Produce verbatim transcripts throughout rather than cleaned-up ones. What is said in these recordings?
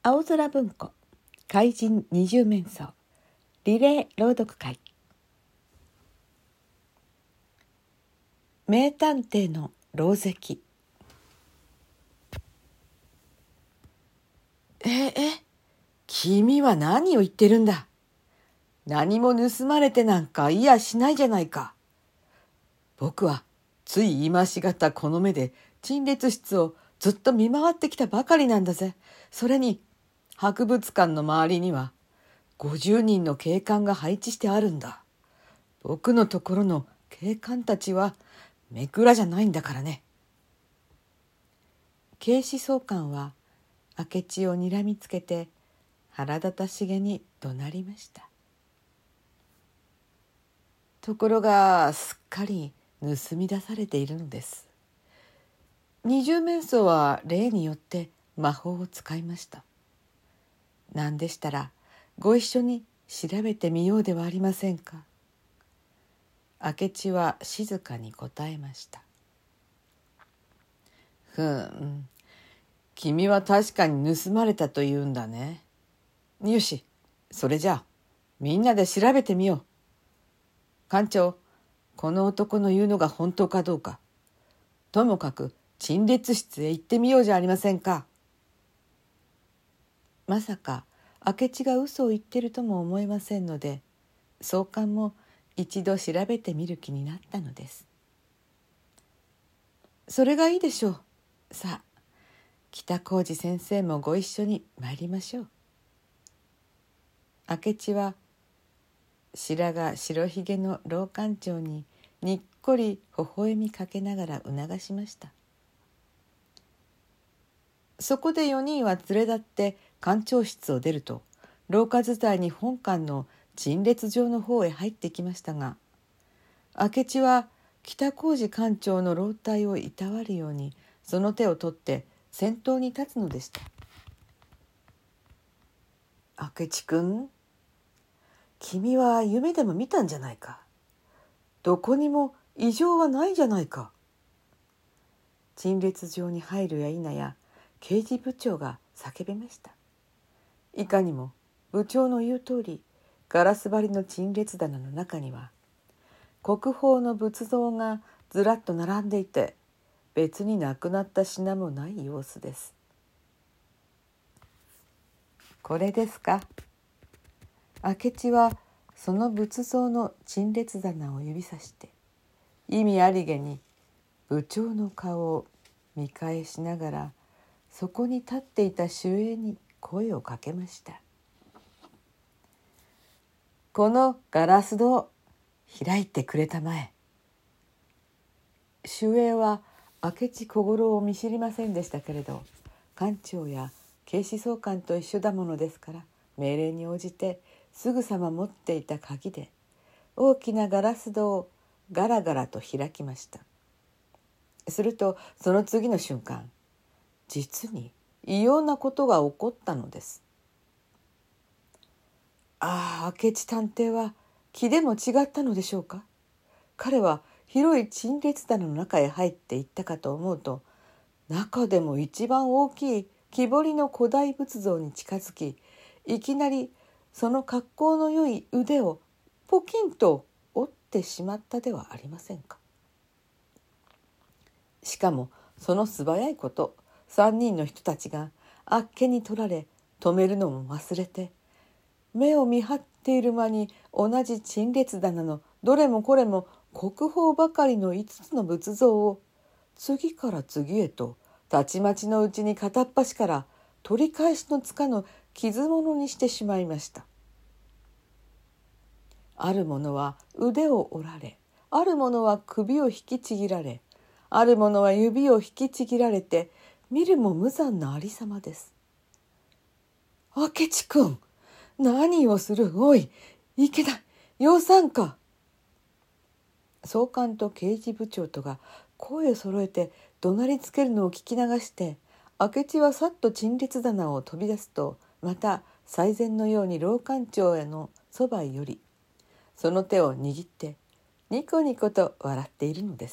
青空文庫怪人二十面相リレー朗読会。名探偵の狼藉。 ええ君は何を言ってるんだ。何も盗まれてなんかいやしないじゃないか。僕はつい今しがたこの目で陳列室をずっと見回ってきたばかりなんだぜ。それに博物館の周りにはごじゅうにんの警官が配置してあるんだ。僕のところの警官たちはめくらじゃないんだからね。 警視総監は明智をにらみつけて腹立たしげに怒鳴りました。ところがすっかり盗み出されているのです。二十面相は例によって魔法を使いました。なんでしたらご一緒に調べてみようではありませんか。明智は静かに答えました。 ふん、君は確かに盗まれたと言うんだね。よし、それじゃあみんなで調べてみよう。館長、この男の言うのが本当かどうか、ともかく陳列室へ行ってみようじゃありませんか。 まさか明智が嘘を言ってるとも思えませんので、総監も一度調べてみる気になったのです。それがいいでしょう。さあ、北小路先生もご一緒に参りましょう。明智は白髪白ひげの老館長ににっこり微笑みかけながら促しました。そこでよにんは連れ立って館長室を出ると、廊下伝いに本館の陳列場の方へ入ってきましたが、明智は北小路館長の老体をいたわるようにその手を取って先頭に立つのでした。 明智君、君は夢でも見たんじゃないか。どこにも異常はないじゃないか。 陳列場に入るや否や刑事部長が叫びました。いかにも部長の言う通り、ガラス張りの陳列棚の中には国宝の仏像がずらっと並んでいて、別になくなった品もない様子です。これですか。明智はその仏像の陳列棚を指さして意味ありげに部長の顔を見返しながら、そこに立っていた守衛に声をかけました。このガラス戸を開いてくれたまえ。守衛は明智小五郎を見知りませんでしたけれど、館長や警視総監と一緒だものですから、命令に応じてすぐさま持っていた鍵で大きなガラス戸をガラガラと開きました。するとその次の瞬間、実に異様なことが起こったのです。ああ、明智探偵は気でも違ったのでしょうか。彼は広い陳列棚の中へ入っていったかと思うと、中でも一番大きい木彫りの古代仏像に近づき、いきなりその格好の良い腕をポキンと折ってしまったではありませんか。しかもその素早いこと、三人の人たちがあっけに取られ、止めるのも忘れて、目を見張っている間に同じ陳列棚のどれもこれも国宝ばかりの五つの仏像を次から次へとたちまちのうちに片っ端から取り返しのつかぬ傷物にしてしまいました。ある者は腕を折られ、ある者は首を引きちぎられ、ある者は指を引きちぎられて、見るも無残なありさまです。明智君、何をする。おい、いけない、よさんか。総監と刑事部長とが声を揃えて怒鳴りつけるのを聞き流して、明智はさっと陳列棚を飛び出すと、また最前のように老館長へのそばへ寄り、その手を握ってニコニコと笑っているのです。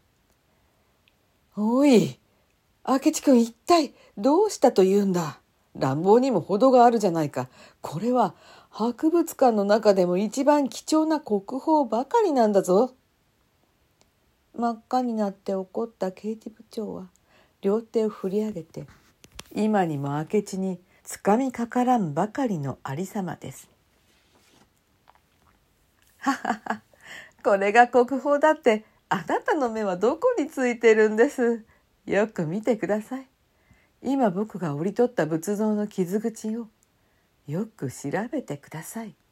おい、明智君、一体どうしたというんだ。 乱暴にも程があるじゃないか。これは博物館の中でも一番貴重な国宝ばかりなんだぞ。 真っ赤になって怒った刑事部長は両手を振り上げて、今にも明智につかみかからんばかりのありさまです。ははは、これが国宝だってあなたの目はどこについてるんです。よく見てください。今僕が折り取った仏像の傷口をよく調べてください。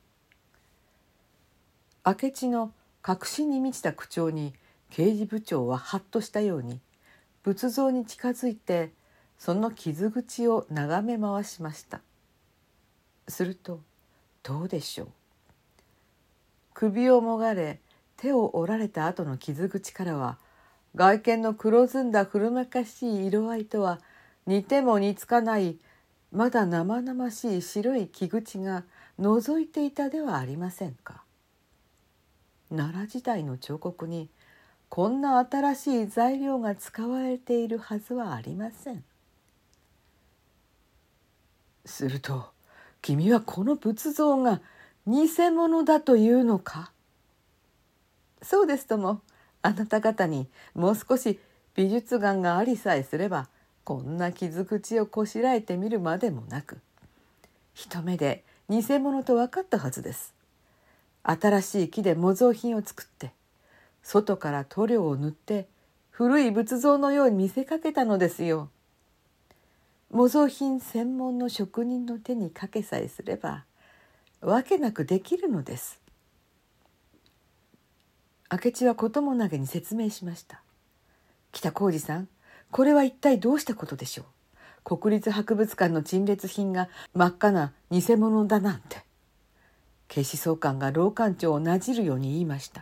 明智の確信に満ちた口調に刑事部長はハッとしたように仏像に近づいてその傷口を眺め回しました。するとどうでしょう。首をもがれ手を折られた後の傷口からは外見の黒ずんだ古めかしい色合いとは似ても似つかないまだ生々しい白い木口が覗いていたではありませんか。奈良時代の彫刻にこんな新しい材料が使われているはずはありません。すると君はこの仏像が偽物だというのか。そうですとも、あなた方にもう少し美術眼がありさえすればこんな傷口をこしらえてみるまでもなく一目で偽物と分かったはずです。新しい木で模造品を作って外から塗料を塗って古い仏像のように見せかけたのですよ。模造品専門の職人の手にかけさえすればわけなくできるのです。明智はこともなげに説明しました。北浩二さん、これは一体どうしたことでしょう。国立博物館の陳列品が真っ赤な偽物だなんて。警視総監が老館長をなじるように言いました。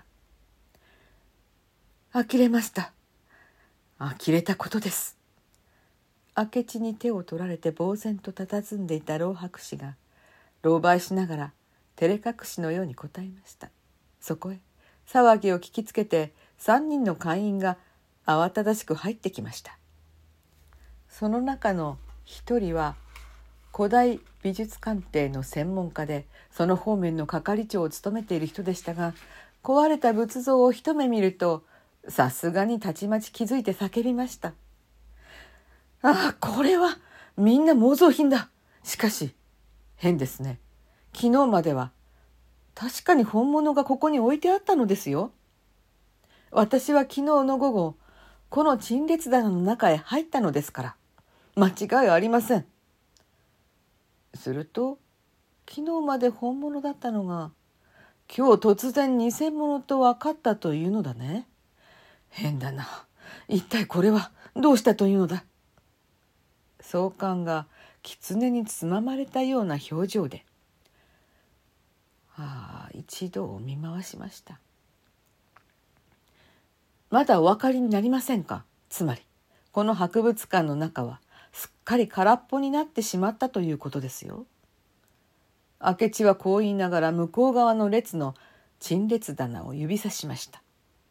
呆れました。呆れたことです。明智に手を取られて呆然と佇んでいた老博士が狼狽しながら照れ隠しのように答えました。そこへ騒ぎを聞きつけて三人の会員が慌ただしく入ってきました。その中の一人は古代美術鑑定の専門家でその方面の係長を務めている人でしたが、壊れた仏像を一目見るとさすがにたちまち気づいて叫びました。ああ、これはみんな模造品だ。しかし変ですね。昨日までは確かに本物がここに置いてあったのですよ。私は昨日の午後この陳列棚の中へ入ったのですから間違いありません。すると昨日まで本物だったのが今日突然偽物と分かったというのだね。変だな。一体これはどうしたというのだ。総監が狐につままれたような表情でああ一度を見回しました。まだお分かりになりませんか。つまりこの博物館の中はすっかり空っぽになってしまったということですよ。明智はこう言いながら向こう側の列の陳列棚を指さしました。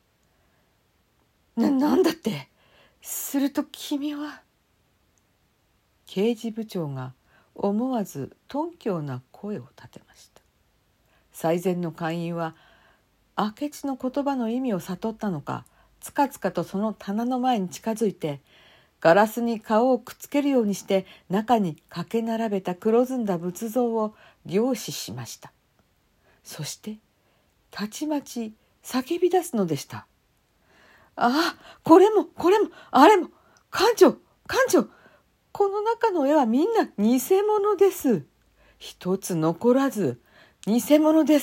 な、なんだって。すると君は。刑事部長が思わず頓狂な声を立てました。最前の会員は明智の言葉の意味を悟ったのか、つかつかとその棚の前に近づいてガラスに顔をくっつけるようにして中にかけ並べた黒ずんだ仏像を凝視しました。そしてたちまち叫び出すのでした。ああ、これもこれもあれも、館長館長、この中の絵はみんな偽物です。一つ残らず偽物です。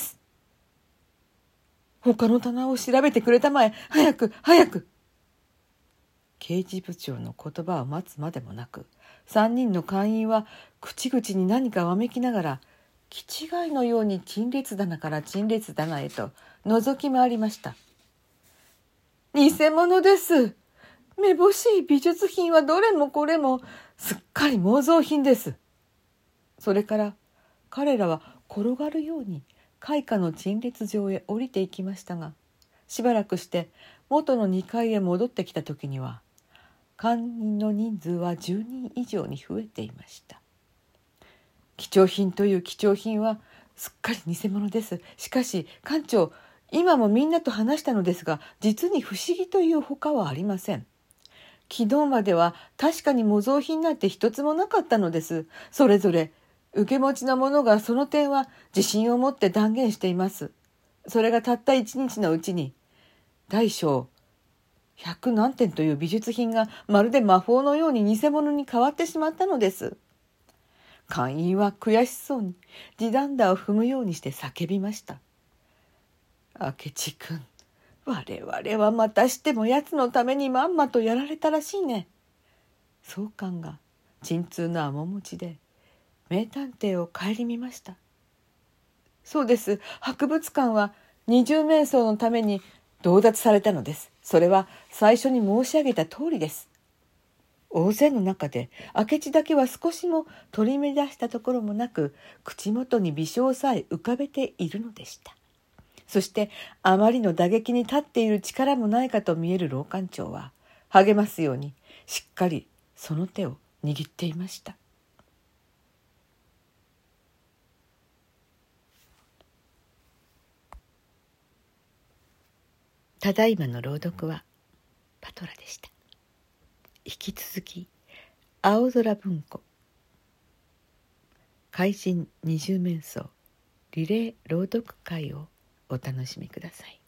他の棚を調べてくれたまえ、早く早く。刑事部長の言葉を待つまでもなく、三人の会員は口々に何かわめきながら気違いのように陳列棚から陳列棚へと覗き回りました。偽物です。めぼしい美術品はどれもこれもすっかり模造品です。それから彼らは転がるように開花の陳列場へ降りていきましたが、しばらくして元のにかいへ戻ってきた時には会員の人数はじゅうにん以上に増えていました。 貴重品という貴重品はすっかり偽物です。しかし館長、今もみんなと話したのですが、実に不思議というほかはありません。昨日までは確かに模造品なんて一つもなかったのです。それぞれ受け持ちなものがその点は自信を持って断言しています。それがたった一日のうちに大小百何点という美術品がまるで魔法のように偽物に変わってしまったのです。館員は悔しそうに地団打を踏むようにして叫びました。明智君、我々はまたしても奴のためにまんまとやられたらしいね。総監が沈痛な面持ちで名探偵を顧みました。そうです。博物館は二重面相のために強奪されたのです。それは最初に申し上げた通りです。大勢の中で明智だけは少しも取り乱したところもなく、口元に微笑さえ浮かべているのでした。そしてあまりの打撃に立っている力もないかと見える老館長は励ますようにしっかりその手を握っていました。ただいまの朗読はパトラでした。引き続き青空文庫怪人二十面相リレー朗読会をお楽しみください。